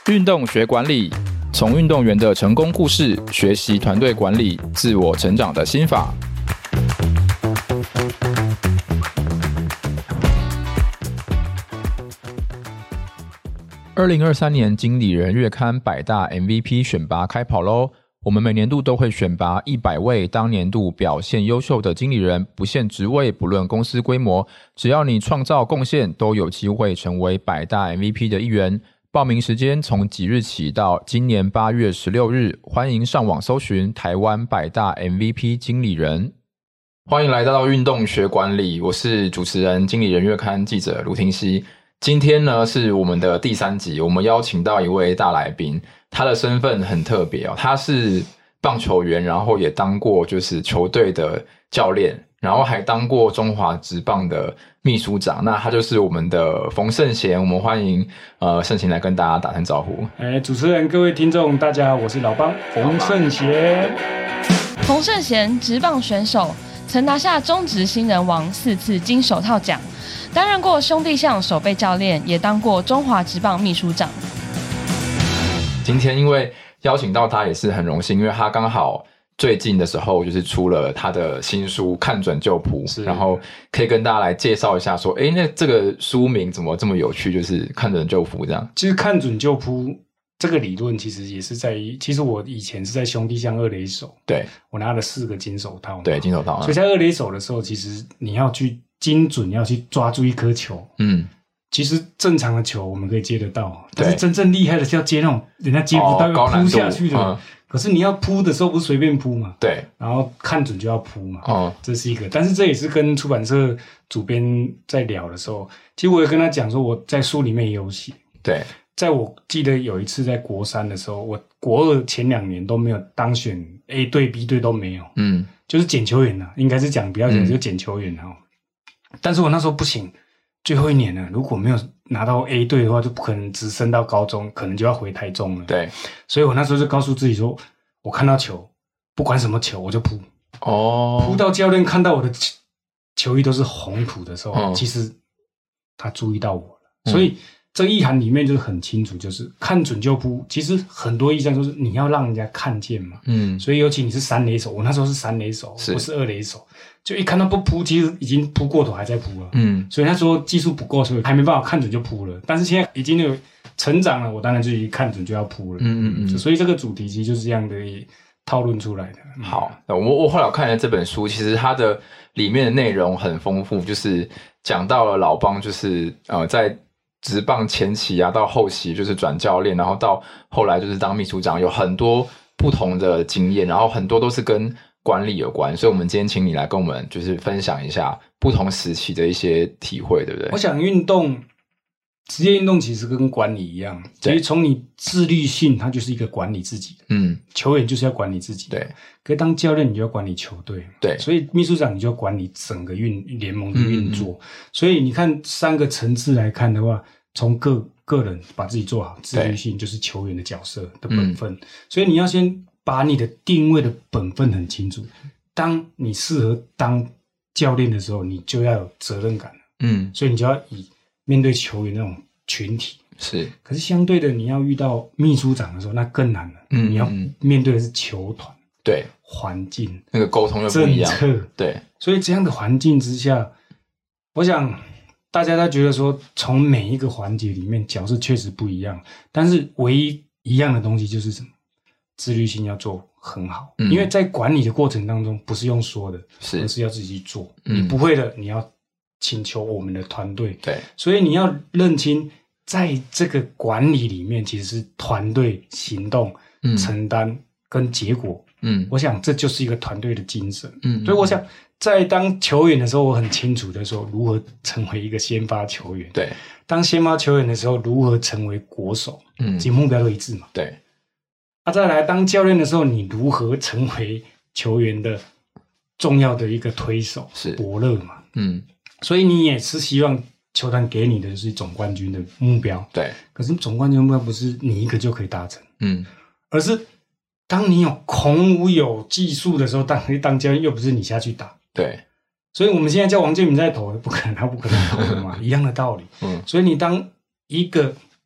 运动学管理，从运动员的成功故事学习团队管理、自我成长的心法。2023年经理人月刊100大 MVP 选拔开跑咯。我们每年度都会选拔100位当年度表现优秀的经理人，不限职位，不论公司规模，只要你创造贡献，都有机会成为100大 MVP 的一员。报名时间从即日起到今年8月16日，欢迎上网搜寻台湾100大 MVP 经理人。欢迎来到运动学管理，我是主持人经理人月刊记者卢廷熙。今天呢是我们的第3集，我们邀请到一位大来宾，他的身份很特别哦，他是棒球员，然后也当过就是球队的教练，然后还当过中华职棒的秘书长。那他就是我们的冯胜贤，我们欢迎胜贤来跟大家打声招呼。 主持人各位听众大家好，我是老帮冯胜贤。 冯胜贤职棒选手，曾拿下中职新人王4次金手套奖，担任过兄弟象守备教练，也当过中华职棒秘书长。 今天因为邀请到他也是很荣幸，因为他刚好最近的时候就是出了他的新书看准就扑，然后可以跟大家来介绍一下说那这个书名怎么这么有趣，就是看准就扑这样。 其实看准就扑这个理论其实也是在于，其实我以前是在兄弟象二垒手，对，我拿了4个金手套， 对，金手套， 所以在二垒手的时候，其实你要去精准，要去抓住一颗球，其实正常的球我们可以接得到，但是真正厉害的是要接那种人家接不到要扑下去的，可是你要扑的时候不是随便扑嘛，对，然后看准就要扑嘛，这是一个。但是这也是跟出版社主编在聊的时候，其实我也跟他讲说，我在书里面也有写，对，在我记得有一次在国3的时候，我国2前2年都没有当选 A 队 B 队都没有，就是捡球员应该是讲比较讲就捡球员但是我那时候不行，最后1年了，如果没有拿到 A 队的话，就不可能直升到高中，可能就要回台中了。对，所以我那时候就告诉自己说，我看到球，不管什么球，我就扑。扑到教练看到我的球衣都是红土的时候，其实他注意到我了。所以这意涵里面就是很清楚，就是看准就扑。其实很多意象就是你要让人家看见嘛。所以尤其你是3垒手，我那时候是3垒手，不是2垒手。就一看到不扑，其实已经扑过头，还在扑了。所以他说技术不够，所以还没办法看准就扑了。但是现在已经有成长了，我当然就一看准就要扑了。所以这个主题其实就是这样的讨论出来的。 好，我后来看了这本书，其实它的里面的内容很丰富，就是讲到了老帮就是在职棒前期啊到后期就是转教练，然后到后来就是当秘书长，有很多不同的经验，然后很多都是跟管理有关，所以我们今天请你来跟我们就是分享一下不同时期的一些体会，对不对？ 我想职业运动其实跟管理一样，其实从你自律性，它就是一个管理自己的。球员就是要管理自己的，对。可是当教练，你就要管理球队，对。所以秘书长你就要管理整个联盟的运作。所以你看3个层次来看的话，从个人把自己做好，自律性就是球员的角色的本分。所以你要先把你的定位的本分很清楚。当你适合当教练的时候，你就要有责任感了。所以你就要面对球员那种群体是，可是相对的，你要遇到秘书长的时候，那更难了。你要面对的是球团，对，环境， 那个沟通又不一样， 政策，对。所以这样的环境之下，我想大家都觉得说，从每一个环节里面角色确实不一样，但是唯一一样的东西就是什么？自律性要做很好，因为在管理的过程当中，不是用说的，而是要自己去做。你不会的，你要请求我们的团队，对，所以你要认清，在这个管理里面，其实是团队行动、承担跟结果。我想这就是一个团队的精神。所以我想在当球员的时候，我很清楚的说如何成为一个先发球员。对，当先发球员的时候，如何成为国手？其实目标都一致嘛。对。再来当教练的时候，你如何成为球员的重要的一个推手？是伯乐嘛。所以你也是希望球团给你的是总冠军的目标，对。可是总冠军目标不是你一个就可以达成，而是当你有孔武有技术的时候，当教练又不是你下去打，对。所以我们现在叫王建民在投，不可能，他不可能投的嘛，一样的道理。所以你当一个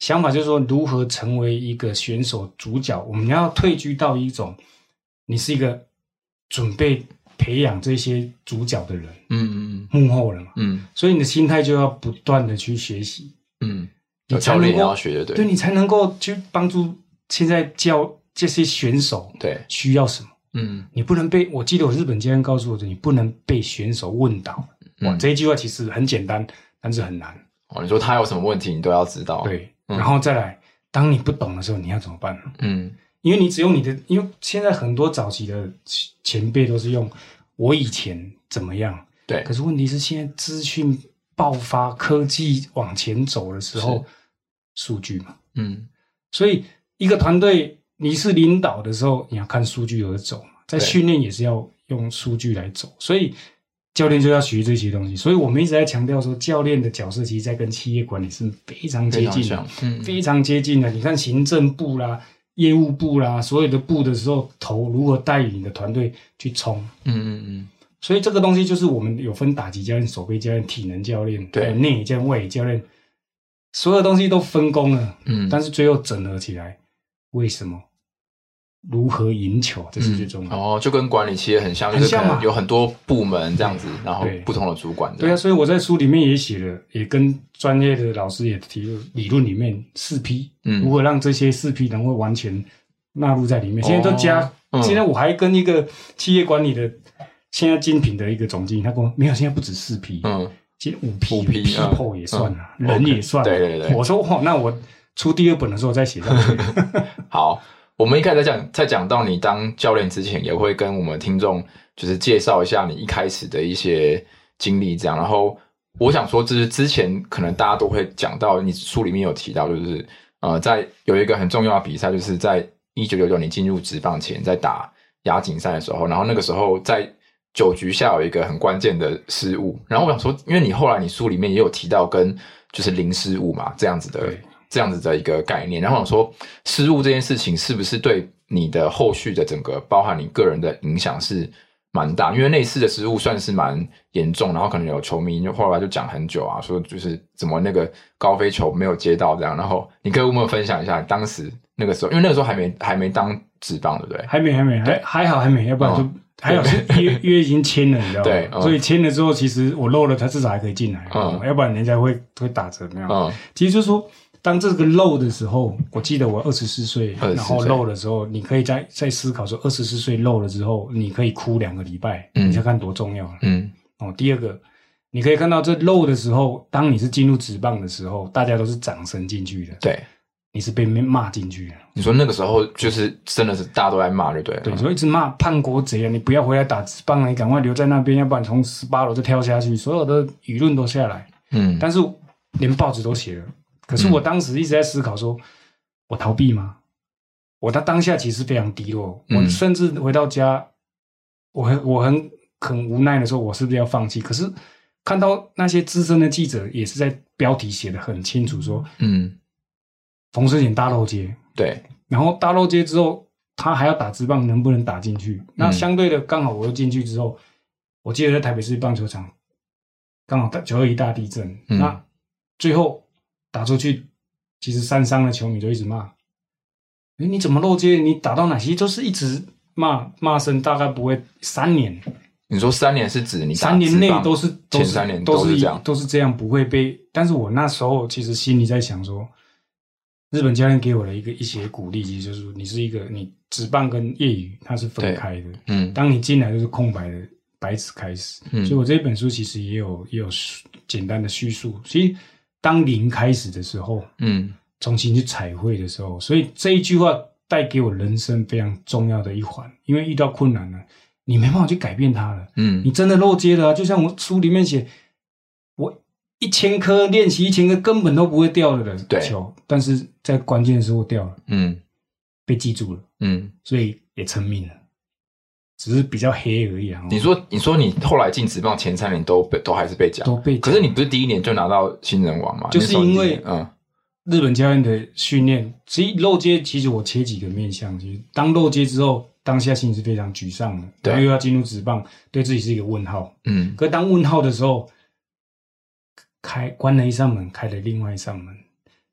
想法就是说如何成为一个选手主角，我们要退居到一种你是一个准备培养这些主角的人，幕后了嘛，所以你的心态就要不断的去学习， 有教练也要学的， 对，你才能够去帮助现在教这些选手， 对， 需要什么，你不能被，我记得我日本教练告诉我的，你不能被选手问倒，哇，这一句话其实很简单，但是很难。 你说他有什么问题，你都要知道， 对，然后再来，当你不懂的时候，你要怎么办？因为你只用你的，因为现在很多早期的前辈都是用我以前怎么样， 对， 可是问题是现在资讯爆发，科技往前走的时候，数据嘛，所以一个团队你是领导的时候，你要看数据而走嘛，在训练也是要用数据来走，所以教练就要学这些东西。所以我们一直在强调说，教练的角色其实在跟企业管理是非常接近的，非常接近的。你看行政部啦、业务部啦，所有的部的时候，头如何带领你的团队去冲，所以这个东西就是我们有分打击教练、守备教练、体能教练、对内野教练、外野教练，所有东西都分工了，但是最后整合起来，为什么？如何赢球，这是最重要的。就跟管理企业很像，就是可能有很多部门这样子，然后不同的主管。 对啊，所以我在书里面也写了，也跟专业的老师也提了理论里面4P，如何让这些4P 能够完全纳入在里面。现在都加，现在我还跟一个企业管理的现在精品的一个总经理，他跟我没有，现在不止4P，现在5P people 也算了，人也算了。 对。 我说那我出第2本的时候再写上去。 好。我们一开始在讲到你当教练之前，也会跟我们听众就是介绍一下你一开始的一些经历，这样。然后我想说，就是之前可能大家都会讲到，你书里面有提到，就是在有一个很重要的比赛，就是在1999年进入职棒前，在打亚锦赛的时候，然后那个时候在9局下有一个很关键的失误。然后我想说，因为你后来你书里面也有提到跟就是零失误嘛，这样子的一个概念，然后我说失误这件事情是不是对你的后续的整个包含你个人的影响是蛮大，因为那次的失误算是蛮严重，然后可能有球迷后来就讲很久啊，说就是怎么那个高飞球没有接到这样，然后你可以跟我们分享一下当时那个时候，因为那个时候还没当职棒对不对？ 还没，还好还没，要不然就还好是约已经签了，你知道吗？对，所以签了之后，其实我漏了，他至少还可以进来，要不然人家会打折没有？其实就是说。当这个漏的时候，我记得我24岁，然后漏的时候，你可以在思考说，24岁漏了之后，你可以哭2个礼拜，你再看多重要了。第二个，你可以看到这漏的时候，当你是进入职棒的时候，大家都是掌声进去的， 对， 你是被骂进去的。 你说那个时候就是真的是大家都在骂，对不对？ 对，所以一直骂叛国贼啊！你不要回来打职棒了，你赶快留在那边，要不然从18楼就跳下去，所有的舆论都下来。但是连报纸都写了。可是我当时一直在思考说，我逃避吗？我当下其实非常低落，我甚至回到家，我很无奈的说，我是不是要放弃？可是看到那些资深的记者也是在标题写得很清楚说，冯世贤大漏接， 对， 然后大漏接之后，他还要打职棒，能不能打进去？那相对的，刚好我又进去之后，我记得在台北市棒球场，刚好921大地震，那最后。打出去，其实三商的球迷就一直骂，你怎么漏接？你打到哪些都是一直骂声，大概不会3年。 你说3年是指你 3年内都是前3年都是这样， 都是这样，不会被。但是我那时候其实心里在想说，日本教练给我的一些鼓励，其实就是你是一个你职棒跟业余它是分开的，当你进来就是空白的白纸开始。所以我这本书其实也有简单的叙述，其实。当零开始的时候，重新去彩绘的时候，所以这一句话带给我人生非常重要的一环，因为遇到困难了，你没办法去改变它了，你真的漏接了就像我书里面写，我1000颗练习1000颗根本都不会掉的球，但是在关键的时候掉了，被记住了，所以也成名了。只是比较黑而已啊。 你说你后来进职棒前3年都还是被讲， 都被讲。 可是你不是第1年就拿到新人王吗？ 就是因为日本教练的训练，其实漏接其实我切几个面向，其实当漏接之后，当下心里是非常沮丧的，然后又要进入职棒，对自己是一个问号。可是当问号的时候，关了一扇门，开了另外一扇门。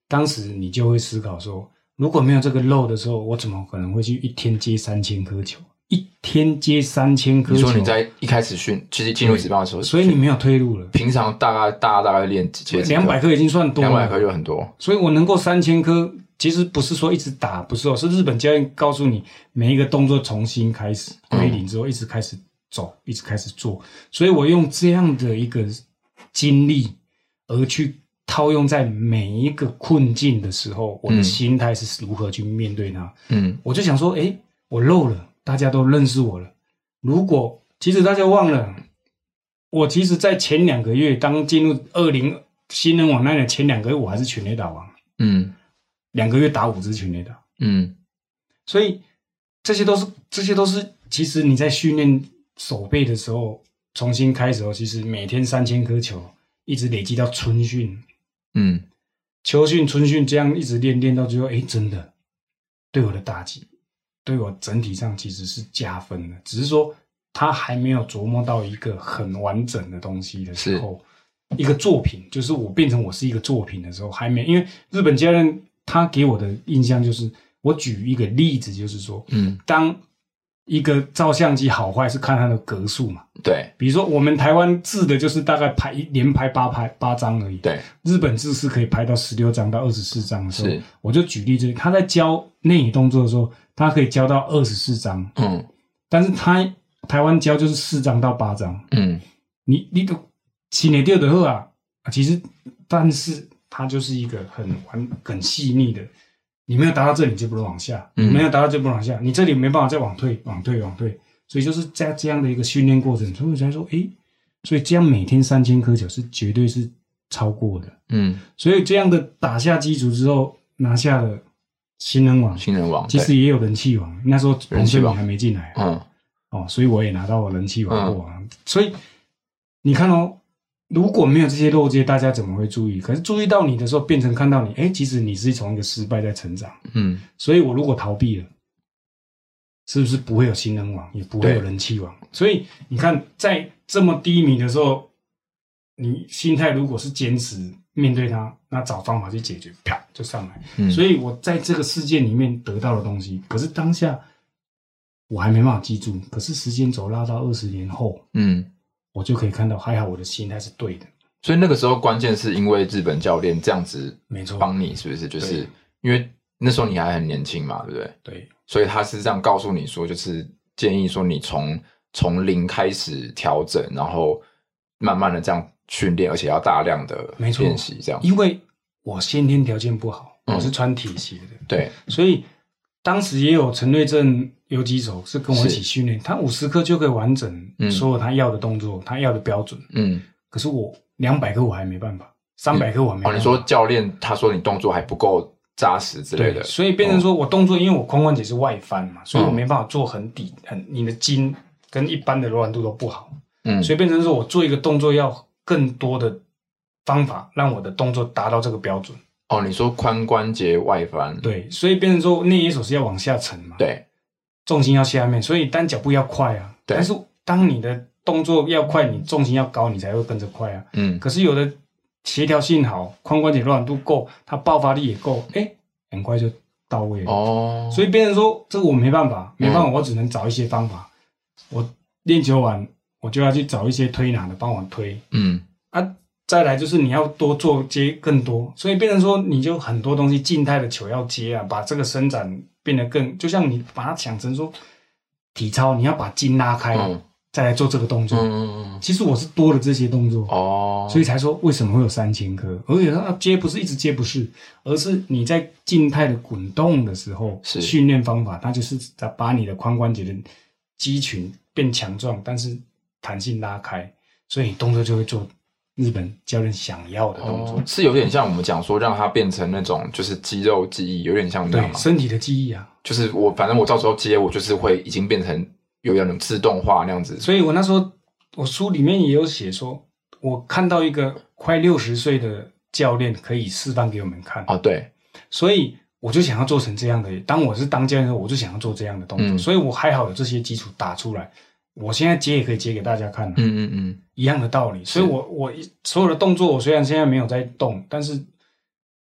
当时你就会思考说，如果没有这个肉的时候，我怎么可能会去一天接3000颗球？一天接3000颗球。 你说你在一开始其实进入职棒的时候， 所以你没有退路了。 平常大概练接 200颗已经算多了 ，200颗就很多。 所以我能够3000颗，其实不是说一直打，不是是日本教练告诉你每一个动作重新开始归零之后，一直开始走，一直开始做。所以我用这样的一个经历而去套用在每一个困境的时候，我的心态是如何去面对它。我就想说，我漏了，大家都认识我了。如果其实大家忘了，我其实在前2个月，当进入新人王那的前2个月，我还是全垒打王。2个月打5支全垒打。所以这些都是，其实你在训练手背的时候，重新开始后，其实每天3000颗球，一直累积到春训。秋训、春训这样一直练到最后，真的对我的打击，对我整体上其实是加分的。只是说他还没有琢磨到一个很完整的东西的时候，一个作品，就是我变成我是一个作品的时候，还没。因为日本教练他给我的印象就是，我举一个例子，就是说，当一个照相机好坏是看它的格数嘛。 对， 比如说我们台湾制的就是大概连拍8张而已。 对， 日本制是可以拍到16张到24张的时候，我就举例子，他在教内野动作的时候，他可以教到24张。但是台湾教就是4张到8张。你都心里丢的后啊，其实但是它就是一个很细腻的。你没有达到这里，你就不能往下；你没有达到就不能往下。你这里没办法再往退。所以就是在这样的一个训练过程，所以我才说，所以这样每天3000颗球是绝对是超过的。所以这样的打下基础之后，拿下了新人王，其实也有人气王。那时候彭顺明还没进来。所以我也拿到了人气王过王。所以你看如果没有这些漏接，大家怎么会注意？可是注意到你的时候，变成看到你，其实你是从一个失败在成长。所以我如果逃避了，是不是不会有新人王，也不会有人气王？所以你看，在这么低迷的时候，你心态如果是坚持面对它，那找方法去解决，啪就上来。所以我在这个事件里面得到的东西，可是当下我还没办法记住，可是时间轴拉到20年后，我就可以看到，还好我的心态是对的。 所以那个时候关键是因为日本教练这样子没错帮你，是不是？就是因为那时候你还很年轻嘛，对不对？ 对。 所以他是这样告诉你说，就是建议说你从零开始调整，然后慢慢的这样训练，而且要大量的练习，这样。 因为我先天条件不好，我是穿铁鞋的， 对， 所以当时也有陈瑞正游击手是跟我一起训练，他50颗就可以完整所有他要的动作，他要的标准。可是我200颗我还没办法，300颗我还没办法。 你说教练他说你动作还不够扎实之类的， 所以变成说我动作，因为我髋关节是外翻嘛，所以我没办法做你的筋跟一般的柔软度都不好。所以变成说我做一个动作要更多的方法，让我的动作达到这个标准。 你说髋关节外翻， 对，所以变成说内野手是要往下沉嘛， 对， 重心要下面，所以单脚步要快啊。 对， 但是当你的动作要快，你重心要高，你才会跟着快啊。可是有的协调性好，髋关节柔软度够，它爆发力也够，很快就到位了。所以变成说这个我没办法，我只能找一些方法。我练球完，我就要去找一些推拿的帮我推。再来就是你要多做接更多，所以变成说你就很多东西静态的球要接啊，把这个伸展变得更，就像你把它想成说体操，你要把筋拉开，再来做这个动作。其实我是多了这些动作所以才说为什么会有3000颗，而且接不是一直接不是，而是你在静态的滚动的时候，训练方法它就是在把你的髋关节的肌群变强壮，但是弹性拉开，所以你动作就会做日本教练想要的动作。 是有点像我们讲说让它变成那种就是肌肉记忆，有点像那样对身体的记忆啊， 就是反正我到时候接我就是会已经变成有那种自动化那样子。 所以我那时候我书里面也有写说，我看到一个快60岁的教练可以示范给我们看。 对， 所以我就想要做成这样的。当我是当教练的时候，我就想要做这样的动作。所以我还好有这些基础打出来，我现在接也可以接给大家看。一样的道理。所以我所有的动作，我虽然现在没有在动，但是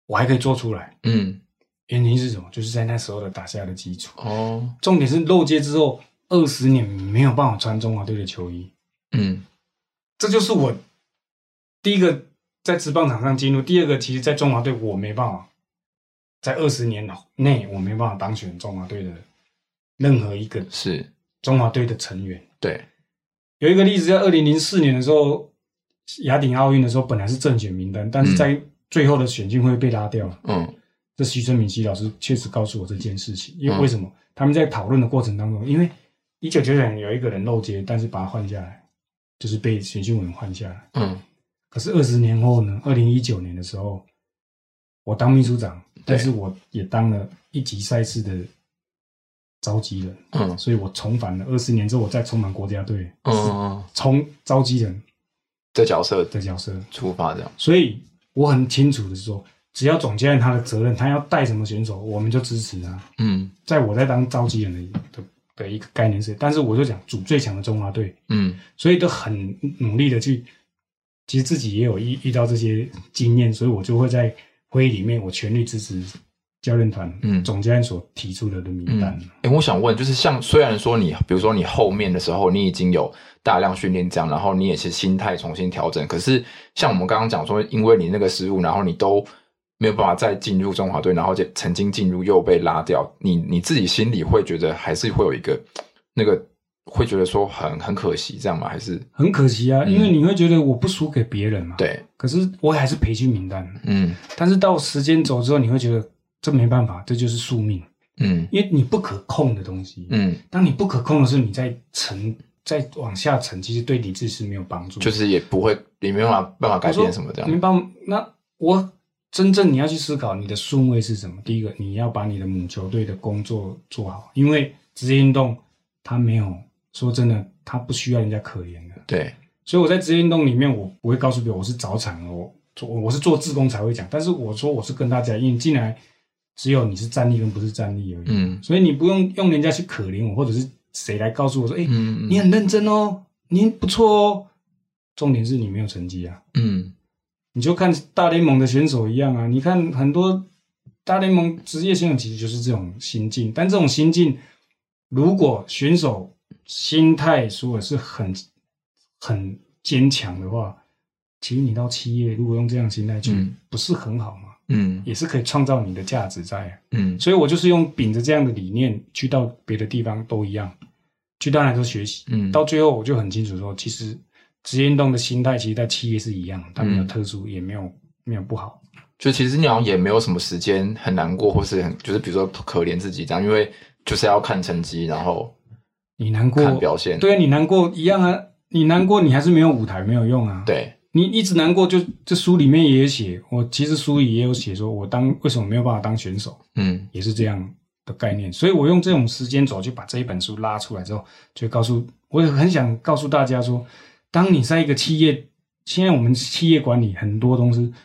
我还可以做出来。原因是什么？就是在那时候的打下的基础。重点是漏接之后20年没有办法穿中华队的球衣。这就是我第一个在职棒场上进入，第二个其实在中华队我没办法在20年内我没办法当选中华队的任何一个是中华队的成员。 对， 有一个例子在2004年的时候，亚锦奥运的时候本来是正选名单，但是在最后的选进会被拉掉了。这徐春明熙老师确实告诉我这件事情，因为为什么？他们在讨论的过程当中，因为1999年有一个人漏接，但是把他换下来，就是被选秀文换下来。可是20年后呢，2019年的时候，我当秘书长，但是我也当了一级赛事的召集人。所以我重返了20年之后，我再重返国家队。从召集人的角色出发，这样。 所以我很清楚的说，只要总教练他的责任，他要带什么选手，我们就支持他。在我在当召集人的一个概念是，但是我就讲组最强的中华队。所以都很努力的去，其实自己也有遇到这些经验，所以我就会在会议里面，我全力支持教练团总教练所提出的名单。 我想问，就是像虽然说你比如说你后面的时候你已经有大量训练这样，然后你也是心态重新调整，可是像我们刚刚讲说，因为你那个失误，然后你都没有办法再进入中华队，然后曾经进入又被拉掉，你自己心里会觉得还是会有一个那个会觉得说很可惜这样吗？还是很可惜啊，因为你会觉得我不输给别人嘛。 对， 可是我还是培训名单。但是到时间走之后，你会觉得这没办法，这就是宿命。因为你不可控的东西。当你不可控的时候，你再往下沉，其实对理智是没有帮助， 就是也没有办法改变什么这样。 没办法，那我真正你要去思考你的顺位是什么。第一个，你要把你的母球队的工作做好，因为职业运动它没有说真的，它不需要人家可怜的。 对， 所以我在职业运动里面，我不会告诉别人我是早产，我是做志工才会讲，但是我说我是跟大家，因为进来只有你是战力跟不是战力而已。所以你不用人家去可怜我，或者是谁来告诉我说，你很认真哦，你不错哦。重点是你没有成绩啊。你就看大联盟的选手一样啊，你看很多大联盟职业选手其实就是这种心境，但这种心境，如果选手心态说的是很坚强的话，其实你到企业如果用这样的心态去，不是很好吗？也是可以创造你的价值在。所以我就是用秉着这样的理念去到别的地方都一样，去到哪都学习。到最后我就很清楚说，其实职业运动的心态其实在企业是一样，它没有特殊，也没有不好。 就其实你好像也没有什么时间很难过，或是就是比如说可怜自己这样，因为就是要看成绩，然后你难过看表现。 对啊，你难过一样啊，你难过你还是没有舞台，没有用啊。 对， 你一直难过，就这书里面也有写，我其实书里也有写说我为什么没有办法当选手，也是这样的概念。所以我用这种时间轴去把这一本书拉出来之后，就我也很想告诉大家说，当你在一个企业，现在我们企业管理很多东西，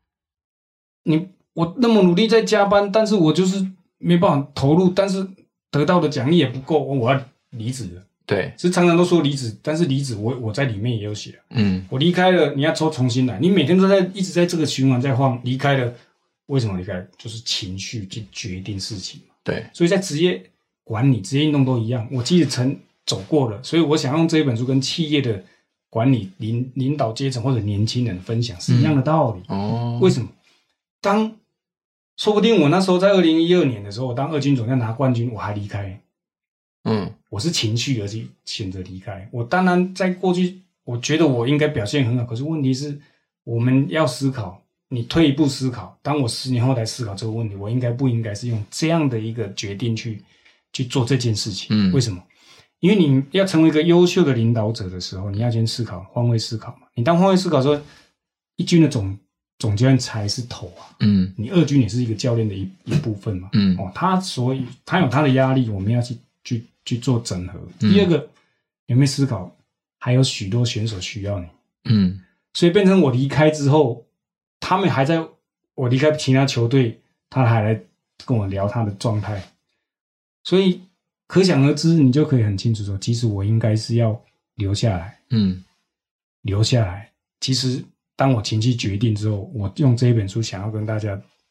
我那么努力在加班，但是我就是没办法投入，但是得到的奖励也不够，我要离职了。 对， 是常常都说离职，但是离职我在里面也有写。我离开了，你要重新来，你每天都一直在这个循环在晃，离开了，为什么离开？就是情绪去决定事情嘛。 对， 所以在职业管理、职业运动都一样，我其实走过了，所以我想用这一本书跟企业的管理领导阶层或者年轻人分享是一样的道理。为什么？说不定我那时候在2012年的时候，我当二军总在拿冠军，我还离开。我是情绪而去选择离开。我当然在过去，我觉得我应该表现很好，可是问题是，我们要思考，你退一步思考，当我10年后来思考这个问题，我应该不应该是用这样的一个决定去做这件事情？为什么？因为你要成为一个优秀的领导者的时候，你要先思考，换位思考嘛。你当换位思考的时候，一军的总教练才是头啊。你二军也是一个教练的一部分嘛。所以他有他的压力，我们要去做整合。第二个，有没有思考？还有许多选手需要你。所以变成我离开之后，他们还在我离开其他球队，他还来跟我聊他的状态。所以可想而知，你就可以很清楚说，其实我应该是要留下来。留下来。其实当我情绪决定之后，我用这一本书想要跟大家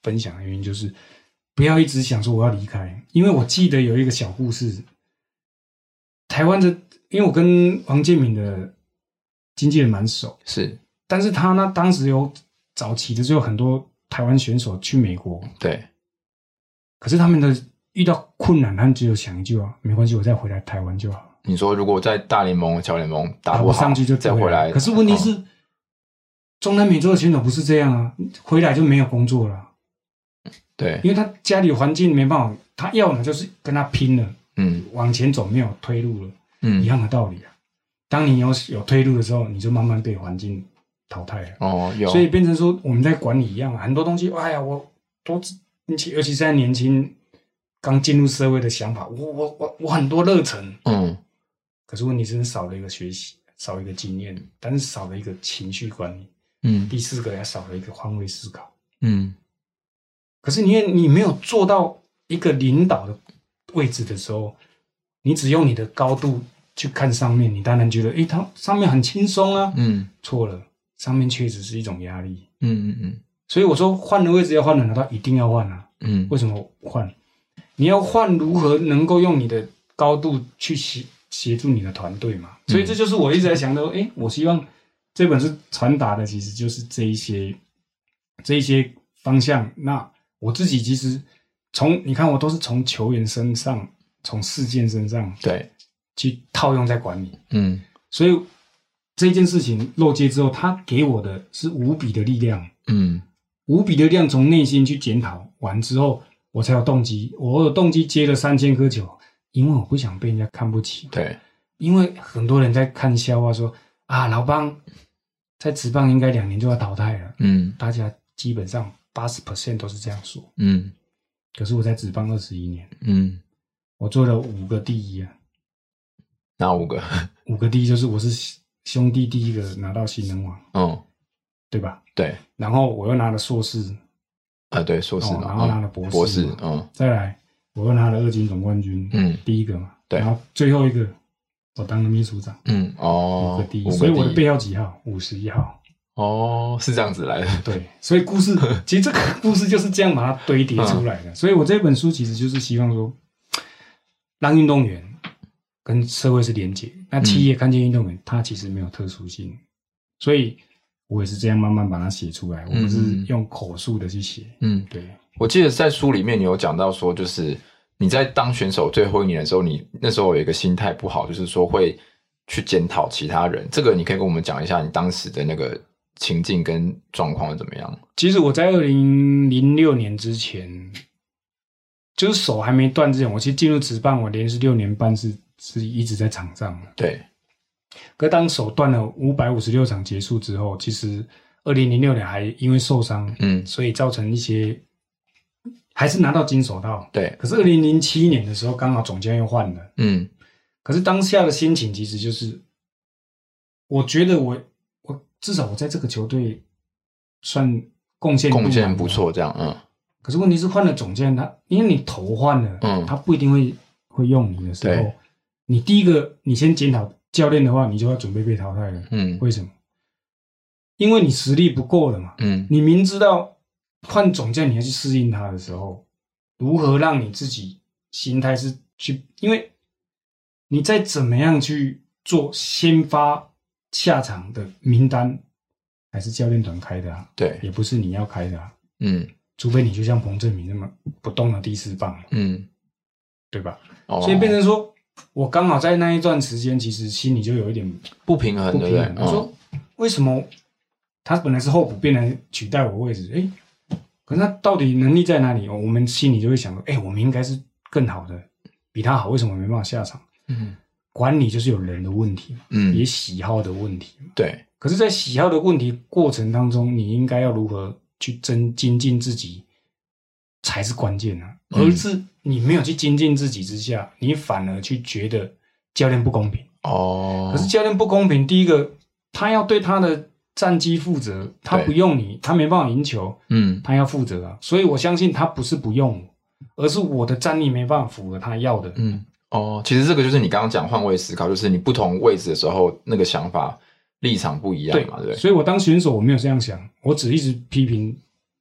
分享的原因就是不要一直想说我要离开，因为我记得有一个小故事，台湾的，因为我跟王建民的经纪人蛮熟， 是， 但是他呢当时有早期的就有很多台湾选手去美国， 对， 可是他们的遇到困难，他们只有想一句话，没关系，我再回来台湾就好。 你说如果在大联盟、小联盟打不好， 上去就再回来， 可是问题是，中南美洲的选手不是这样啊，回来就没有工作了。 对， 因为他家里的环境没办法，他要呢就是跟他拼了，往前走没有退路了，一样的道理啊。当你有退路的时候，你就慢慢被环境淘汰了。所以变成说我们在管理一样，很多东西，哎呀，我都，尤其是在年轻刚进入社会的想法，我很多热忱，可是问题是少了一个学习，少了一个经验，但是少了一个情绪管理，第四个还少了一个换位思考，可是你没有做到一个领导的位置的时候，你只用你的高度去看上面，你当然觉得，它上面很轻松啊，错了，上面确实是一种压力，所以我说换的位置要换的，难道一定要换啊？为什么换？你要换如何能够用你的高度去协助你的团队嘛？所以这就是我一直在想的，我希望这本书传达的其实就是这一些方向。那我自己其实你看我都是从球员身上，从事件身上， 对， 去套用在管理，所以这件事情落街之后，他给我的是无比的力量，无比的力量，从内心去检讨完之后，我才有动机。我有动机接了3000颗球，因为我不想被人家看不起。 对， 因为很多人在看笑话说啊，老邦在职棒应该2年就要淘汰了。大家基本上80% 都是这样说。可是我在职棒21年，我做了5个第一啊。 哪5个 ？5个第一就是我是兄弟第一个拿到新人王，对吧？ 对。 然后我又拿了硕士， 对，硕士， 然后拿了博士，再来我又拿了2金总冠军，第一个嘛，对。然后最后一个我当了秘书长，5个第一，所以我的背号几号？51号。 是这样子来的。 对，所以其实这个故事就是这样把它堆叠出来的。所以我这本书其实就是希望说，让运动员跟社会是连结。那企业看见运动员，他其实没有特殊性，所以我也是这样慢慢把它写出来。我不是用口述的去写。对。 我记得在书里面你有讲到说，就是你在当选手最后1年的时候，你那时候有一个心态不好，就是说会去检讨其他人。这个你可以跟我们讲一下你当时的那个情境跟状况是怎么样？ 其实我在2006年之前，就是手还没断之前，我其实进入职棒，我连续6年半是一直在场上的。 对。 可当手断了556场结束之后，其实2006年还因为受伤，所以造成一些还是拿到金手套。 对。 可是2007年的时候，刚好总监又换了。可是当下的心情其实就是，我觉得我至少我在这个球队算贡献不错，这样。 可是问题是换了总监，因为你头换了，他不一定会用你的时候，你第一个你先检讨教练的话，你就要准备被淘汰了。为什么？因为你实力不够了嘛。你明知道换总监你要去适应他的时候，如何让你自己心态是去，因为你再怎么样去做先发下场的名单，还是教练团开的啊？ 对， 也不是你要开的啊。除非你就像彭政闵那么不动的第4棒，对吧？所以变成说，我刚好在那一段时间，其实心里就有一点不平衡，对不对？ 我说为什么他本来是候补，变成取代我位置？可是他到底能力在哪里？我们心里就会想说，我们应该是更好的，比他好，为什么没办法下场？管理就是有人的问题嘛，也喜好的问题嘛。 对。 可是，在喜好的问题过程当中，你应该要如何去精进自己，才是关键啊！而是你没有去精进自己之下，你反而去觉得教练不公平。可是教练不公平，第一个他要对他的战绩负责，他不用你，他没办法赢球，他要负责啊。所以我相信他不是不用我，而是我的战力没办法符合他要的。 其实这个就是你刚刚讲换位思考，就是你不同位置的时候，那个想法立场不一样嘛，对不对？ 所以我当选手我没有这样想，我只一直批评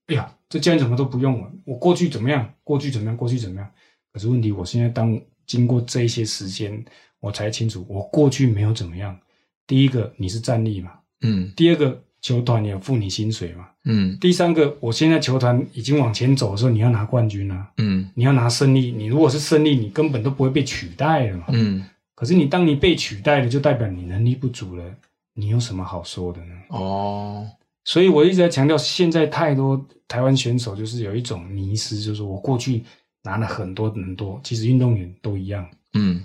哎呀，这教练怎么都不用了，我过去怎么样，过去怎么样，过去怎么样。可是问题，我现在经过这些时间，我才清楚，我过去没有怎么样。第一个，你是战力嘛，第二个，球团也有付你薪水嘛，第三个，我现在球团已经往前走的时候，你要拿冠军啊，你要拿胜利，你如果是胜利，你根本都不会被取代了嘛，可是当你被取代了，就代表你能力不足了，你有什么好说的呢？所以我一直在强调，现在太多台湾选手就是有一种迷思，就是我过去拿了很多，其实运动员都一样。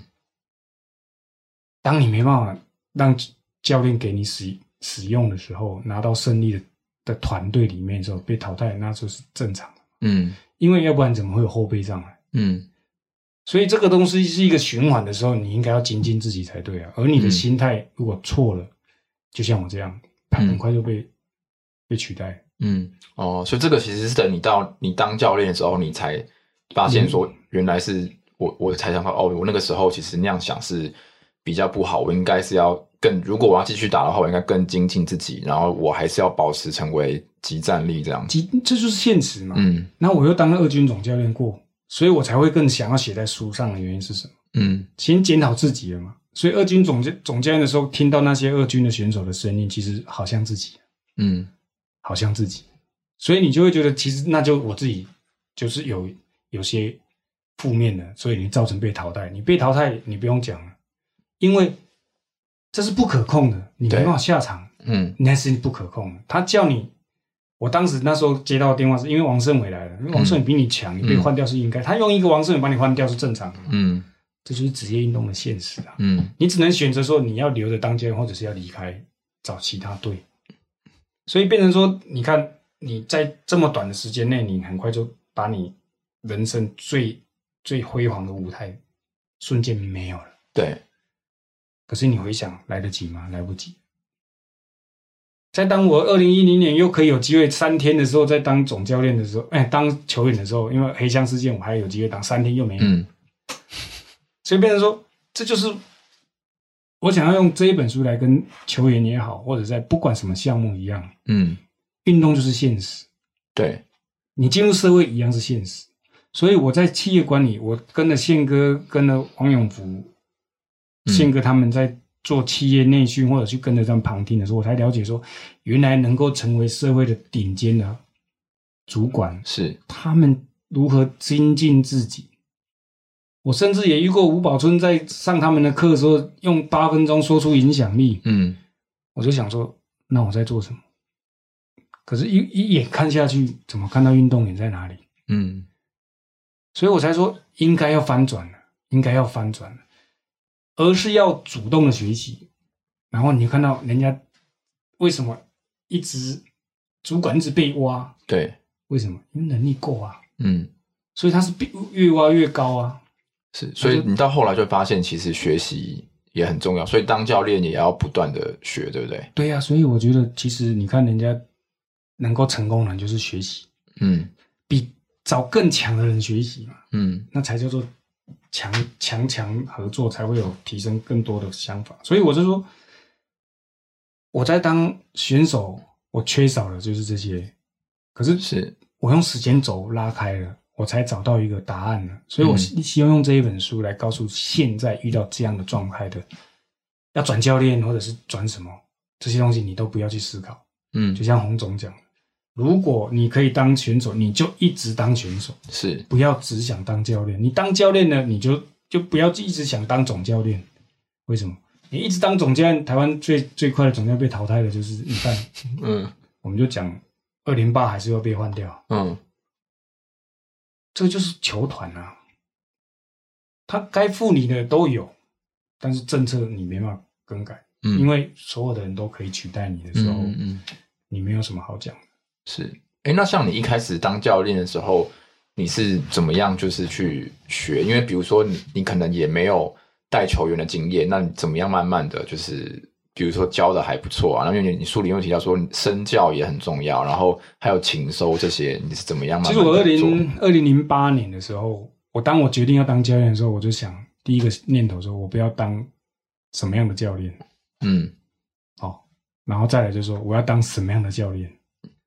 当你没办法让教练给你使用的时候，拿到胜利的团队里面的时候被淘汰，那就是正常的。因为要不然怎么会有后备上来？所以这个东西是一个循环的时候，你应该要精进自己才对啊。而你的心态如果错了，就像我这样，很快就被取代。 所以这个其实是等你当教练的时候，你才发现说，原来是我才想到我那个时候其实那样想是比较不好，我应该是要如果我要继续打的话，我应该更精进自己，然后我还是要保持成为即战力这样。 这就是现实嘛。然后我又当了2军总教练过，所以我才会更想要写在书上的原因是什么？先检讨自己了嘛。所以2军总教练的时候，听到那些2军的选手的声音，其实好像自己。好像自己，所以你就会觉得其实那就我自己就是有些负面的，所以你造成被淘汰。你被淘汰你不用讲了，因为这是不可控的，你没办法下场。那是不可控的。他叫你，我当时那时候接到电话是因为王胜伟来了，因为王胜伟比你强，你被换掉是应该，他用一个王胜伟把你换掉是正常的。这就是职业运动的现实啊。你只能选择说你要留着当教练，或者是要离开找其他队。所以变成说，你看你在这么短的时间内，你很快就把你人生最辉煌的舞台瞬间没有了。 对。 可是你回想，来得及吗？来不及。在当我2010年又可以有机会3天的时候，在当总教练的时候，当球员的时候，因为黑箱事件，我还有机会当3天又没有。所以变成说，这就是我想要用这一本书来跟球员也好，或者在不管什么项目一样，运动就是现实。 对， 你进入社会一样是现实。所以我在企业管理，我跟了宪哥，跟了王永福，宪哥他们在做企业内训，或者去跟着他们旁听的时候，我才了解说，原来能够成为社会的顶尖的主管，是他们如何精进自己。我甚至也遇过吴宝春在上他们的课的时候，用8分钟说出影响力。我就想说，那我在做什么？可是一眼看下去，怎么看到运动员在哪里？所以我才说应该要翻转了，而是要主动的学习。然后你看到人家为什么主管一直被挖？对，为什么？因为能力够啊。所以他是越挖越高啊。 是，所以你到后来就发现，其实学习也很重要，所以当教练也要不断的学，对不对？ 对啊，所以我觉得其实你看人家能够成功的人就是学习，比找更强的人学习嘛，那才叫做强合作，才会有提升更多的想法。所以我就说，我在当选手，我缺少的就是这些，可是我用时间轴拉开了。我才找到一个答案了，所以我希望用这一本书来告诉现在遇到这样的状态的，要转教练或者是转什么这些东西，你都不要去思考。就像洪总讲的，如果你可以当选手，你就一直当选手，是不要只想当教练。你当教练呢，你就不要一直想当总教练。为什么？你一直当总教练，台湾最快的总教练被淘汰的就是一半。我们就讲208还是要被换掉。这个就是球团啊，他该付你的都有，但是政策你没办法更改，因为所有的人都可以取代你的时候，你没有什么好讲的。 是，那像你一开始当教练的时候，你是怎么样就是去学？因为比如说你可能也没有带球员的经验，那你怎么样慢慢的就是比如说教的还不错啊，然后因为你书里又提到说身教也很重要，然后还有情收这些，你是怎么样慢慢的做？ 其实我2008年的时候，当我决定要当教练的时候，我就想第一个念头说，我不要当什么样的教练，然后再来就是说我要当什么样的教练，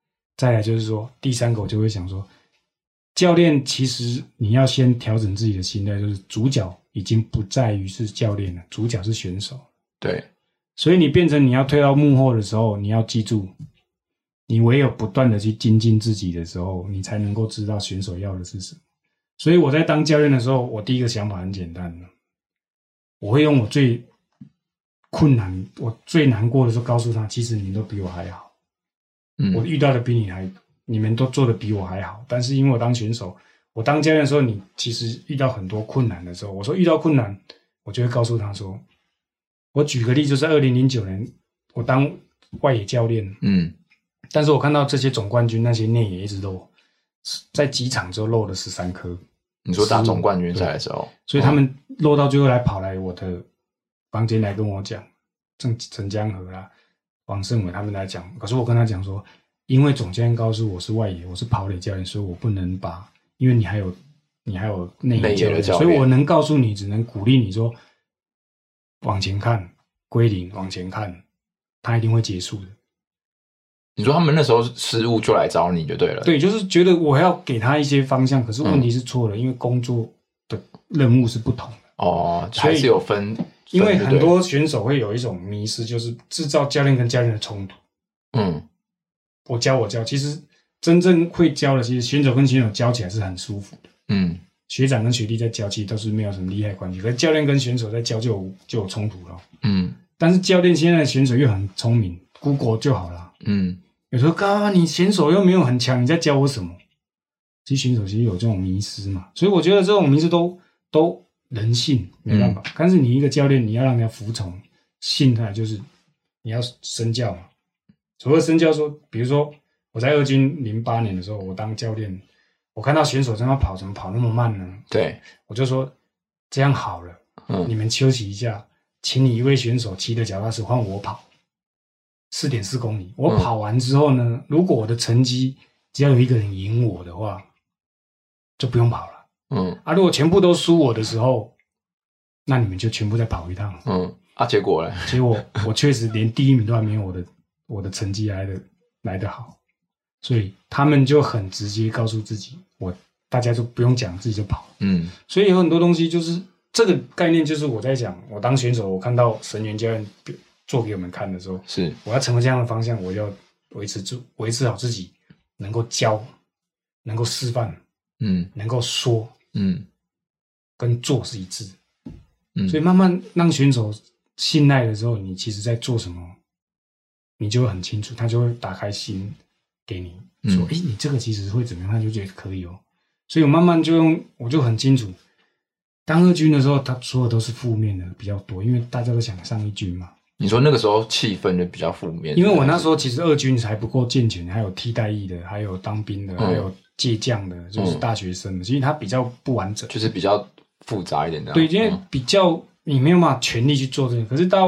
再来就是说，第三个我就会想说，教练其实你要先调整自己的心态，就是主角已经不在于是教练了，主角是选手。 对， 所以你变成你要退到幕后的时候，你要记住，你唯有不断的去精进自己的时候，你才能够知道选手要的是什么。所以我在当教练的时候，我第一个想法很简单，我会用我最困难、我最难过的时候告诉他，其实你们都比我还好，我遇到的比你们都做的比我还好。但是因为我当选手，我当教练的时候，你其实遇到很多困难的时候，我说遇到困难，我就会告诉他说，我举个例，就是2009年我当外野教练，但是我看到这些总冠军那些内野一直漏，在几场之后漏了13颗。 你说打总冠军赛的时候， 所以他们漏到最后跑来我的房间来跟我讲，陈江河啦、王胜伟他们来讲，可是我跟他讲说，因为总教练告诉我是外野，我是跑垒教练，所以我不能把，因为你还有内野教练，所以我能告诉你，只能鼓励你说，往前看，归零，往前看，他一定会结束的。 你说他们那时候失误就来找你就对了。 对，就是觉得我要给他一些方向，可是问题是错了，因为工作的任务是不同的。 哦，还是有分。 因为很多选手会有一种迷失，就是制造教练跟教练的冲突。我教，其实真正会教的，其实选手跟选手教起来是很舒服的。学长跟学弟在教，其实都是没有什么利害关系，可是教练跟选手在教就有冲突了。但是教练现在的选手又很聪明，Google 就好了。有时候你选手又没有很强，你在教我什么？其实选手其实有这种迷失嘛，所以我觉得这种迷失都人性没办法。但是你一个教练，你要让人家服从，心态就是你要身教嘛。所谓身教说，比如说我在二军08年的时候，我当教练，我看到选手在那跑，怎么跑那么慢呢？ 对， 我就说这样好了，你们休息一下，请你一位选手骑着脚踏车换我跑。4.4公里，我跑完之后呢，如果我的成绩只要有一个人赢我的话，就不用跑了。如果全部都输我的时候，那你们就全部再跑一趟。 结果呢？ 结果我确实连第1名都还没有我的成绩来得好，所以他们就很直接告诉自己，大家就不用讲，自己就跑。所以有很多东西就是这个概念，就是我在讲，我当选手，我看到神原教练做给我们看的时候，是我要成为这样的方向，我要维持好自己，能够教，能够示范，能够说，跟做是一致的。所以慢慢让选手信赖的时候，你其实在做什么，你就会很清楚，他就会打开心给你说，你这个其实会怎么样，他就觉得可以哦。所以我慢慢我就很清楚，当二军的时候，他说的都是负面的比较多，因为大家都想上一军嘛。 你说那个时候气氛就比较负面， 因为我那时候其实二军还不够健全，还有替代役的，还有当兵的，还有借将的，就是大学生的，其实它比较不完整， 就是比较复杂一点的。 对，因为比较你没有办法全力去做这个，可是到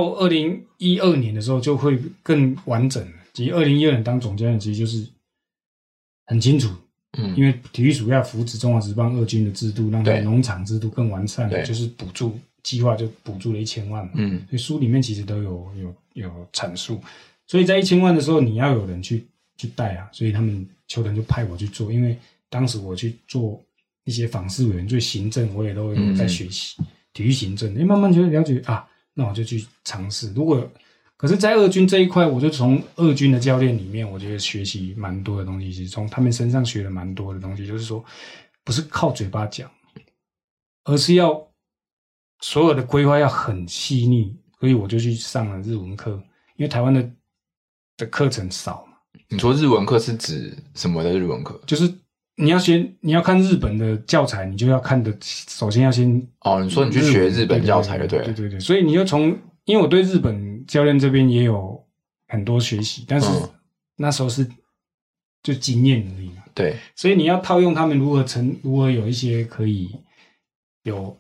2012年的时候就会更完整了。其实2012年当总教练，其实就是很清楚，因为体育署要扶持中华职棒二军的制度，让农场制度更完善，就是补助。计划就补助了1000万嘛，所以书里面其实都有阐述，所以在1000万的时候，你要有人去带啊，所以他们球团就派我去做，因为当时我去做一些访视委员，做行政，我也都有在学习体育行政，慢慢就了解啊，那我就去尝试。可是，在二军这一块，我就从二军的教练里面，我觉得学习蛮多的东西，其实从他们身上学了蛮多的东西，就是说，不是靠嘴巴讲，而是要。所有的规划要很细腻，所以我就去上了日文课，因为台湾的课程少嘛。 你说日文课是指什么的日文课？ 就是你要看日本的教材，你就要看的，首先要先你说你去学日本教材就对了。 对，所以你就因为我对日本教练这边也有很多学习，但是那时候是就经验而已嘛。 对， 所以你要套用他们如何有一些可以。有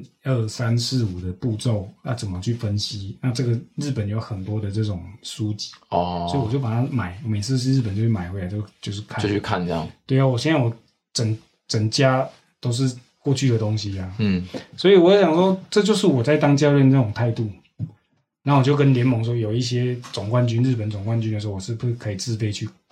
0、2、3、4、5的步骤，要怎么去分析？那这个日本有很多的这种书籍所以我就把它买，每次去日本就去买回来，就是看， 就去看这样。 对啊，我现在我整家都是过去的东西啊，所以我想说，这就是我在当教练这种态度。然后我就跟联盟说，有一些日本总冠军的时候，我是不是可以自费去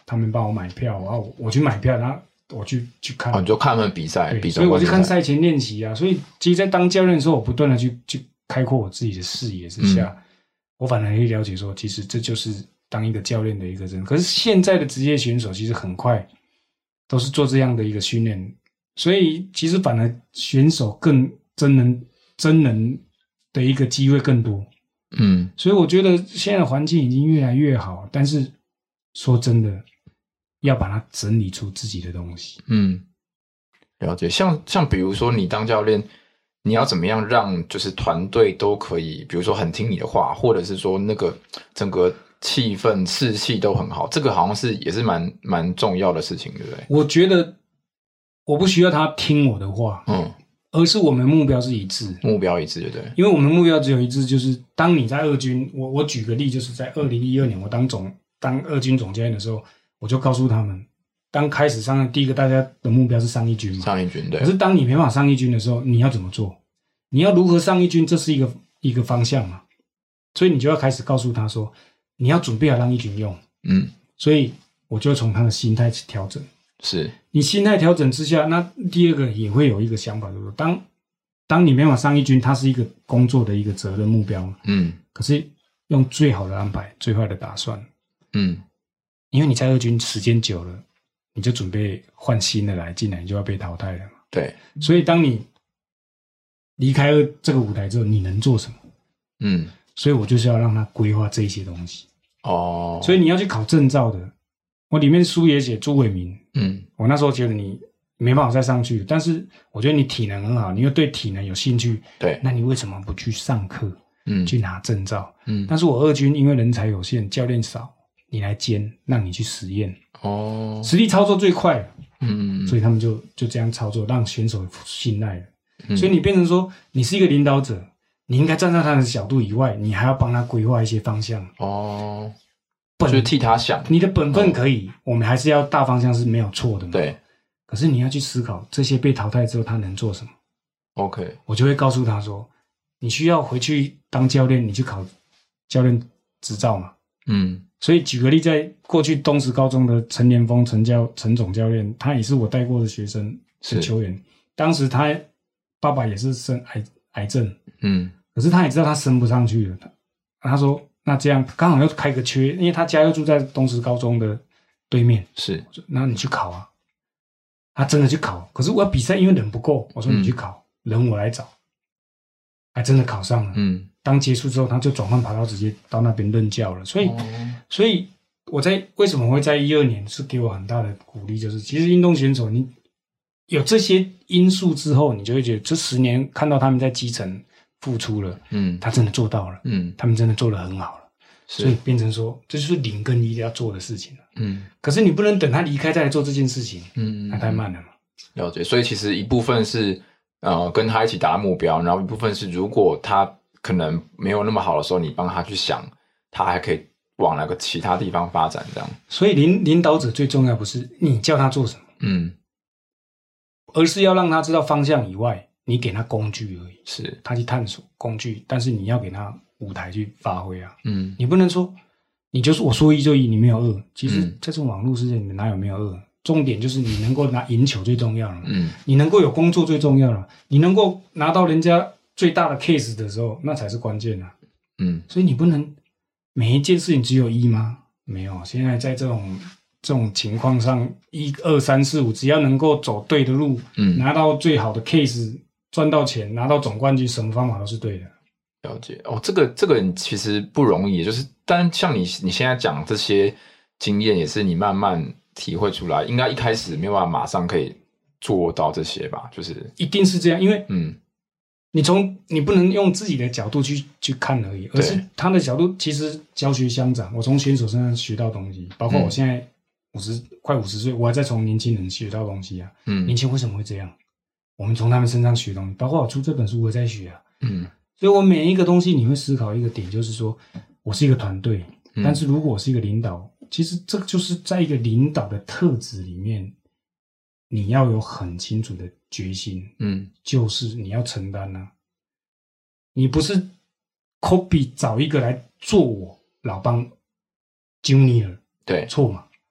他们帮我买票，然后我去买票，然后我去看。 你就看他们比赛， 所以我就看赛前练习啊。所以其实，在当教练的时候，我不断的去开阔我自己的视野之下，我反而会了解说，其实这就是当一个教练的一个人。可是现在的职业选手其实很快都是做这样的一个训练，所以其实反而选手更真人的一个机会更多。所以我觉得现在的环境已经越来越好，但是说真的，要把它整理出自己的东西。 了解。像比如说你当教练，你要怎么样让就是团队都可以，比如说很听你的话，或者是说那个整个气氛士气都很好，这个好像也是蛮重要的事情，对不对？ 我觉得我不需要他听我的话，而是我们目标是一致， 对不对？ 因为我们目标只有一致，就是当你在二军，我举个例，就是在2012年我当二军总教练的时候，我就告诉他们，当开始上第一个大家的目标是上一军嘛， 上一军对。 可是当你没办法上一军的时候，你要怎么做？你要如何上一军？这是一个方向嘛，所以你就要开始告诉他说，你要准备好让一军用。所以我就从他的心态去调整。 是你心态调整之下，那第二个也会有一个想法，就是说当你没办法上一军，它是一个工作的一个责任目标。可是用最好的安排，最坏的打算。因为你在二军时间久了，你就准备换新的来进来，你就要被淘汰了嘛。 对， 所以当你离开这个舞台之后，你能做什么？所以我就是要让他规划这些东西。所以你要去考证照的，我里面书也写朱伟民。我那时候觉得你没办法再上去，但是我觉得你体能很好，你又对体能有兴趣， 对， 那你为什么不去上课？去拿证照？但是我二军因为人才有限，教练少，你来兼，让你去实验。实力操作最快了。所以他们就这样操作，让选手信赖了。所以你变成说，你是一个领导者，你应该站在他的角度以外，你还要帮他规划一些方向。 就是替他想。 你的本分可以，我们还是要大方向是没有错的嘛。 对。 可是你要去思考，这些被淘汰之后他能做什么。 OK， 我就会告诉他说，你需要回去当教练，你去考教练执照嘛。所以举个例，在过去东石高中的陈连峰陈总教练，他也是我带过的学生，是球员。当时他爸爸也是生癌症，可是他也知道他升不上去了。他说，那这样刚好要开个缺，因为他家又住在东石高中的对面， 是， 那你去考啊。他真的去考，可是我要比赛，因为人不够，我说你去考，人我来找，还真的考上了。当结束之后，他就转换跑道，直接到那边任教了。所以我为什么会在2012年是给我很大的鼓励，就是其实运动选手你有这些因素之后，你就会觉得这10年看到他们在基层付出了，他真的做到了，他们真的做得很好了。所以变成说，这就是0跟1要做的事情了。可是你不能等他离开再来做这件事情，那太慢了嘛。 了解。所以其实一部分是跟他一起达目标，然后一部分是如果他可能没有那么好的时候，你帮他去想，他还可以往哪个其他地方发展这样。 所以领导者最重要不是你叫他做什么，而是要让他知道方向以外，你给他工具而已， 是他去探索工具，但是你要给他舞台去发挥啊。你不能说你就是我说1就1，你没有2。其实在这种网络世界里面哪有没有2？重点就是你能够赢球最重要了，你能够有工作最重要了，你能够拿到人家最大的 case 的时候，那才是关键啊。所以你不能每一件事情只有1吗？没有，现在在这种情况上，1、2、3、4、5，只要能够走对的路，拿到最好的 case， 赚到钱，拿到总冠军，什么方法都是对的。 了解。这个其实不容易，就是但像你现在讲这些经验，也是你慢慢体会出来，应该一开始没有办法马上可以做到这些吧？就是一定是这样，因为你不能用自己的角度去看而已，而是他的角度。其实教学相长，我从选手身上学到东西，包括我现在快50岁，我还在从年轻人学到东西啊。年轻为什么会这样？我们从他们身上学东西，包括我出这本书，我在学啊。所以我每一个东西，你会思考一个点，就是说我是一个团队，但是如果我是一个领导，其实这个就是在一个领导的特质里面，你要有很清楚的决心，就是你要承担啊。你不是 copy 找一个来做我老帮 junior， 对， 错嘛？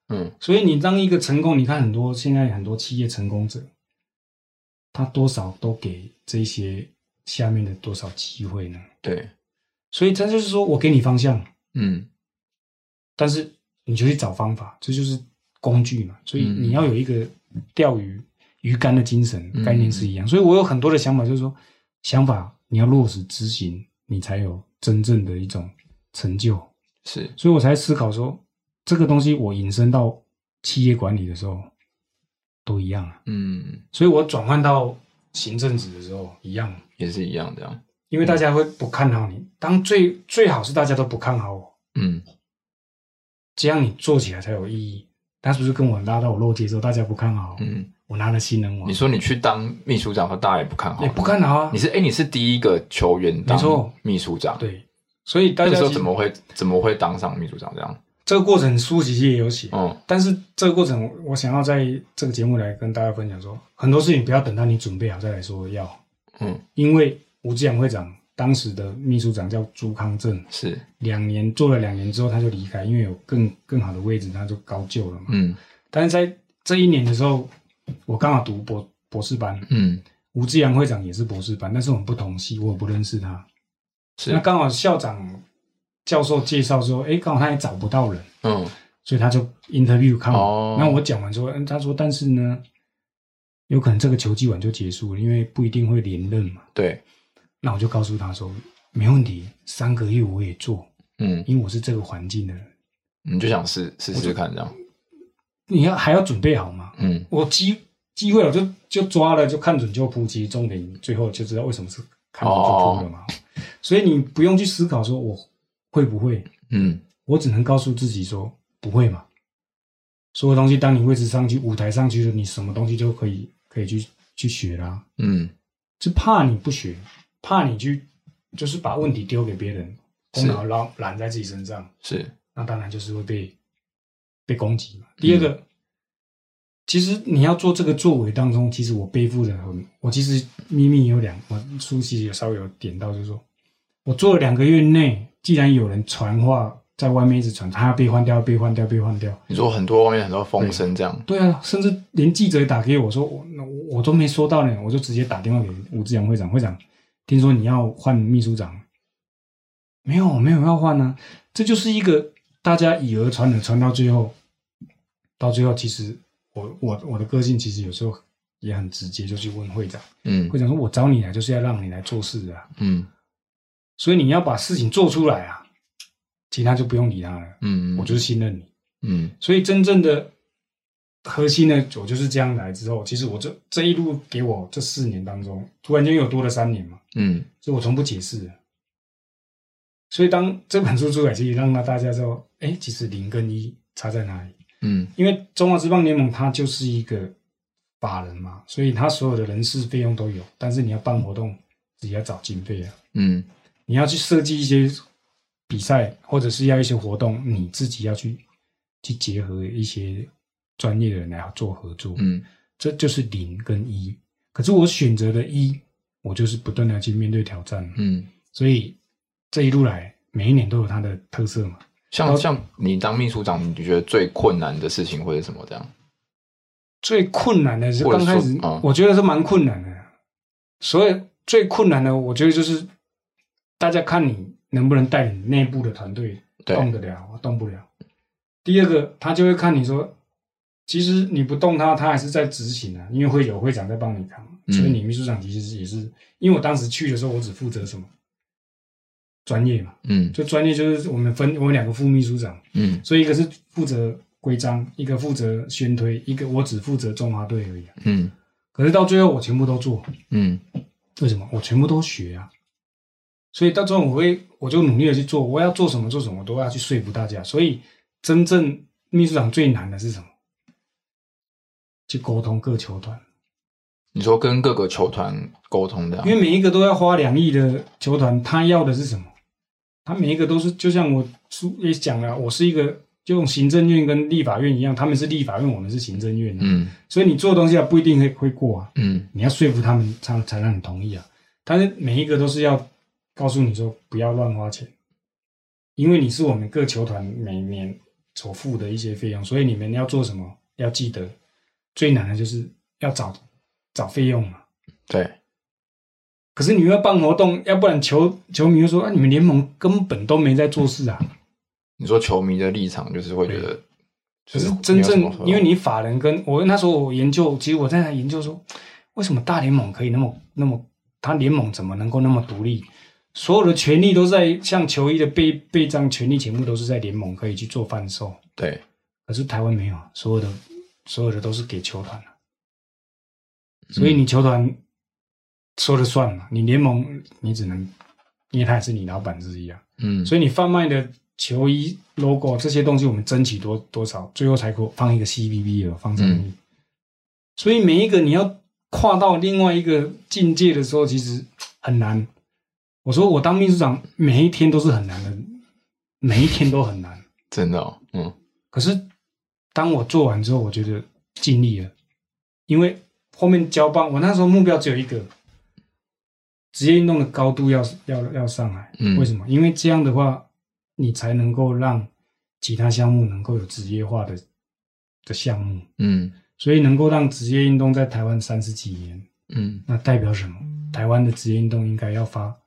所以你当一个成功，你看现在很多企业成功者，他多少都给这些下面的多少机会呢？ 对， 所以这就是说我给你方向，但是你就去找方法，这就是工具嘛。所以你要有一个钓鱼竿的精神，概念是一样。所以我有很多的想法，就是说想法你要落实执行，你才有真正的一种成就。 是， 所以我才思考说，这个东西我引申到企业管理的时候都一样啊。所以我转换到行政职的时候一样， 也是一样这样。 因为大家会不看好你，当最好是大家都不看好我，这样你做起来才有意义。他是不是跟我拉到我落街之后，大家不看好？我拿了新人王。 你说你去当秘书长，大家也不看好， 也不看好啊。 你是第一个球员当秘书长， 对。所以大家那时候怎么会当上秘书长这样？ 这个过程书其实也有写，但是这个过程我想要在这个节目来跟大家分享说，很多事情不要等到你准备好再来说要，因为吴志阳会长当时的秘书长叫朱康正，是做了2年之后他就离开，因为有更好的位置，他就高就了嘛。但是在这1年的时候，我刚好读博士班，吴志阳会长也是博士班，但是我们不同系，我也不认识他。那刚好校长教授介绍说，刚好他也找不到人，所以他就 interview 看我。那我讲完说，他说，但是呢，有可能这个球季完就结束了，因为不一定会连任嘛。对。那我就告诉他说，没问题，3个月我也做，因为我是这个环境的人。 你就想试试看这样。 你还要准备好嘛？我机会我就抓了，就看准就扑，其实重点最后就知道为什么是看准就扑了嘛。所以你不用去思考说我会不会，我只能告诉自己说不会嘛。所有东西当你位置上去舞台上去了，你什么东西就可以去学啦。就怕你不学，怕你就是把问题丢给别人，功劳揽在自己身上，是那当然就是会被攻击嘛。第二个，其实你要做这个作为当中，其实我背负的我其实秘密有我书其实也稍微有点到，就是说我做了2个月内，既然有人传话在外面一直传，他要被换掉，被换掉。 你说外面很多风声这样？ 对啊，甚至连记者也打给我说，我都没收到呢，我就直接打电话给吴志阳会长，听说你要换秘书长，没有要换啊，这就是一个大家以讹传讹，传到最后，其实我的个性其实有时候也很直接，就去问会长，会长说我找你来就是要让你来做事啊，所以你要把事情做出来啊，其他就不用理他了，我就是信任你，所以真正的核心呢，我就是这样来之后，其实我这一路给我这4年当中，突然间又多了3年嘛，所以我从不解释了。所以当这本书出来，其实让大家知道，其实0跟1差在哪里？因为中华职棒联盟它就是一个法人嘛，所以它所有的人事费用都有，但是你要办活动，自己要找经费啊，你要去设计一些比赛，或者是要一些活动，你自己要去结合一些专业的人来做合作，这就是0跟1。可是我选择的1，我就是不断的去面对挑战，所以这一路来，每一年都有它的特色嘛。 像你当秘书长，你觉得最困难的事情会是什么？这样最困难的是刚开始，我觉得是蛮困难的。所以最困难的，我觉得就是大家看你能不能带领内部的团队动得了，动不了。第二个，他就会看你说，其实你不动他还是在执行啊，因为会有会长在帮你扛，所以你秘书长其实也是，因为我当时去的时候，我只负责什么？专业嘛，就专业就是我们2个副秘书长，所以一个是负责规章，一个负责宣推，一个我只负责中华队而已，可是到最后我全部都做，为什么？我全部都学啊，所以到最后我就努力的去做，我要做什么，我都要去说服大家，所以真正秘书长最难的是什么？去沟通各球团。 你说跟各个球团沟通的， 因为每一个都要花2亿的球团，他要的是什么？他每一个都是，就像我书也讲了，我是一个就用行政院跟立法院一样，他们是立法院，我们是行政院，所以你做的东西不一定会过啊，你要说服他们才让你同意啊。但是每一个都是要告诉你说不要乱花钱，因为你是我们各球团每年所付的一些费用，所以你们要做什么，要记得最难的就是要找费用嘛。 对。 可是你要办活动，要不然球迷会说啊，你们联盟根本都没在做事啊。 你说球迷的立场就是会觉得， 可是真正因为你法人跟我那时候我研究，其实我在研究说，为什么大联盟可以那么，他联盟怎么能够那么独立？所有的权利都在像球衣的备章权利全部都是在联盟可以去做贩售。 对， 可是台湾没有，所有的都是给球团了，所以你球团说了算嘛，你联盟你只能，因为他也是你老板之一啊，所以你贩卖的球衣 logo 这些东西，我们争取多少，最后才放一个 CBB 放在那里。所以每一个你要跨到另外一个境界的时候，其实很难。我说我当秘书长，每一天都是很难的，每一天都很难， 真的可是当我做完之后，我觉得尽力了，因为后面交棒，我那时候目标只有一个，职业运动的高度要上来。为什么？因为这样的话，你才能够让其他项目能够有职业化的项目。所以能够让职业运动在台湾30几年，那代表什么？台湾的职业运动应该要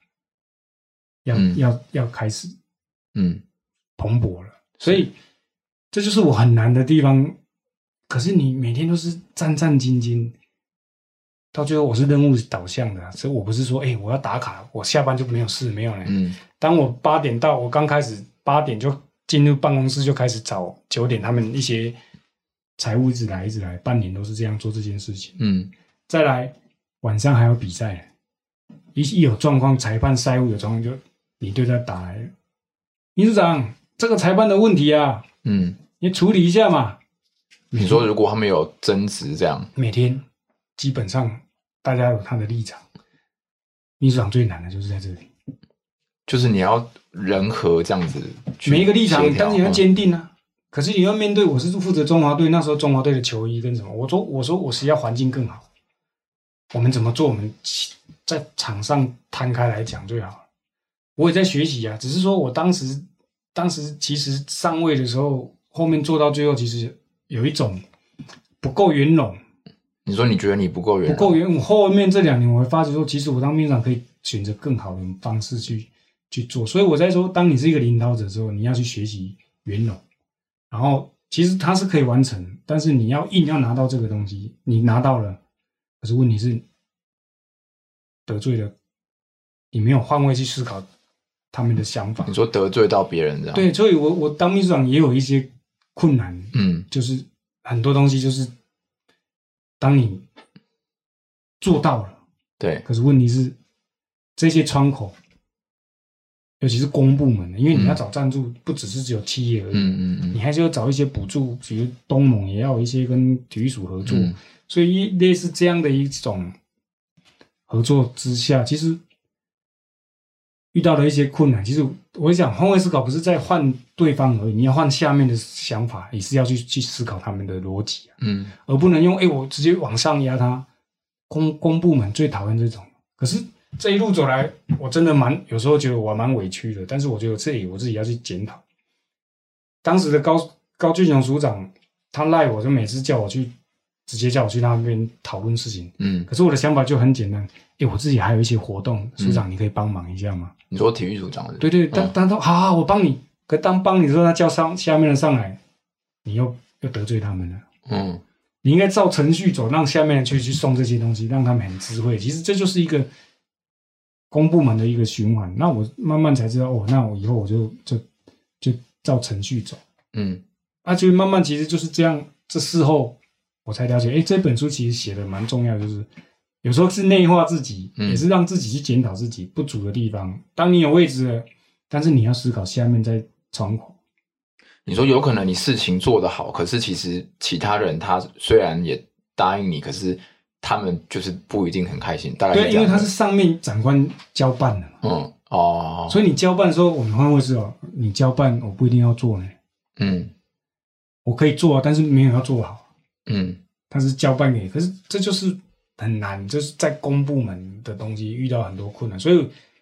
要开始蓬勃了。所以这就是我很难的地方。可是你每天都是战战兢兢，到最后我是任务导向的，所以我不是说我要打卡，我下班就没有事，没有呢。当我8点到，我刚开始8点就进入办公室，就开始找9点他们一些财务一直来，半年都是这样做这件事情。再来晚上还有比赛，一有状况，裁判赛务有状况，就你对他打来，秘书长，这个裁判的问题啊，你处理一下嘛。 你说如果他们有争执这样， 每天基本上大家有他的立场，秘书长最难的就是在这里， 就是你要人和这样子， 每一个立场，但是你要坚定啊。可是你要面对，我是负责中华队，那时候中华队的球衣跟什么，我说我是要环境更好，我们怎么做，我们在场上摊开来讲最好。我也在学习啊，只是说我当时其实上位的时候，后面做到最后，其实有一种不够圆融。 你说你觉得你不够圆融？ 不够圆。我后面这2年我会发觉说，其实我当秘书长可以选择更好的方式去做。所以我在说，当你是一个领导者之后，你要去学习圆融。然后其实它是可以完成，但是你要硬要拿到这个东西，你拿到了，可是问题是得罪了，你没有换位去思考他们的想法。 你说得罪到别人这样？ 对，所以我当秘书长也有一些困难，就是很多东西就是当你做到了， 对， 可是问题是这些窗口，尤其是公部门的，因为你要找赞助，不只有企业而已，你还是要找一些补助，比如东盟也要有一些跟体育署合作，所以类似这样的一种合作之下，其实遇到了一些困难。其实我想换位思考不是在换对方而已，你要换下面的想法，也是要去思考他们的逻辑而不能用我直接往上压他。公部门最讨厌这种，可是这一路走来，我真的有时候觉得我蛮委屈的，但是我觉得这里我自己要去检讨。当时的高俊雄署长，他赖我，就每次直接叫我去那边讨论事情。可是我的想法就很简单，我自己还有一些活动，署长你可以帮忙一下吗？ 你说体育署长？ 对，但说好，我帮你。可当帮你的时候，他叫下面的上来，你又得罪他们了。你应该照程序走，让下面的去送这些东西，让他们很知会。其实这就是一个公部门的一个循环。那我慢慢才知道，那我以后我就照程序走。就慢慢其实就是这样。这事后我才了解，这本书其实写的蛮重要，就是有时候是内化自己，也是让自己去检讨自己不足的地方。当你有位置了，但是你要思考下面在窗口。 你说有可能你事情做得好，可是其实其他人他虽然也答应你，可是他们就是不一定很开心。大概对，因为他是上面长官交办的嘛。所以你交办的时候，我们换位思考，你交办我不一定要做呢。我可以做但是没有要做好。他是交办给，可是这就是很难，就是在公部门的东西遇到很多困难。所以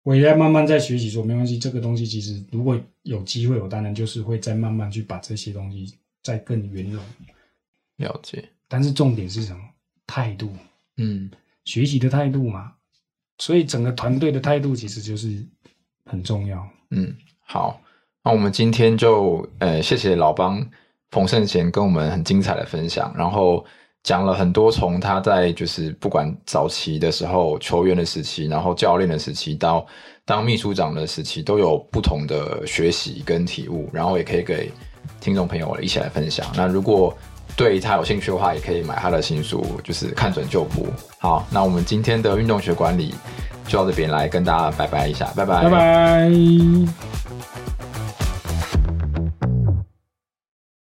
我也在慢慢在学习说，没关系，这个东西其实如果有机会，我当然就是会再慢慢去把这些东西再更圆融。 了解。 但是重点是什么？态度。学习的态度嘛。所以整个团队的态度其实就是很重要。 好，那我们今天就谢谢老帮冯胜贤跟我们很精彩的分享，然后讲了很多从他在就是不管早期的时候球员的时期，然后教练的时期到当秘书长的时期，都有不同的学习跟体悟，然后也可以给听众朋友一起来分享。那如果对他有兴趣的话，也可以买他的新书，就是看准就谱。好，那我们今天的运动学管理就到这边，来跟大家拜拜一下，拜拜， 拜拜。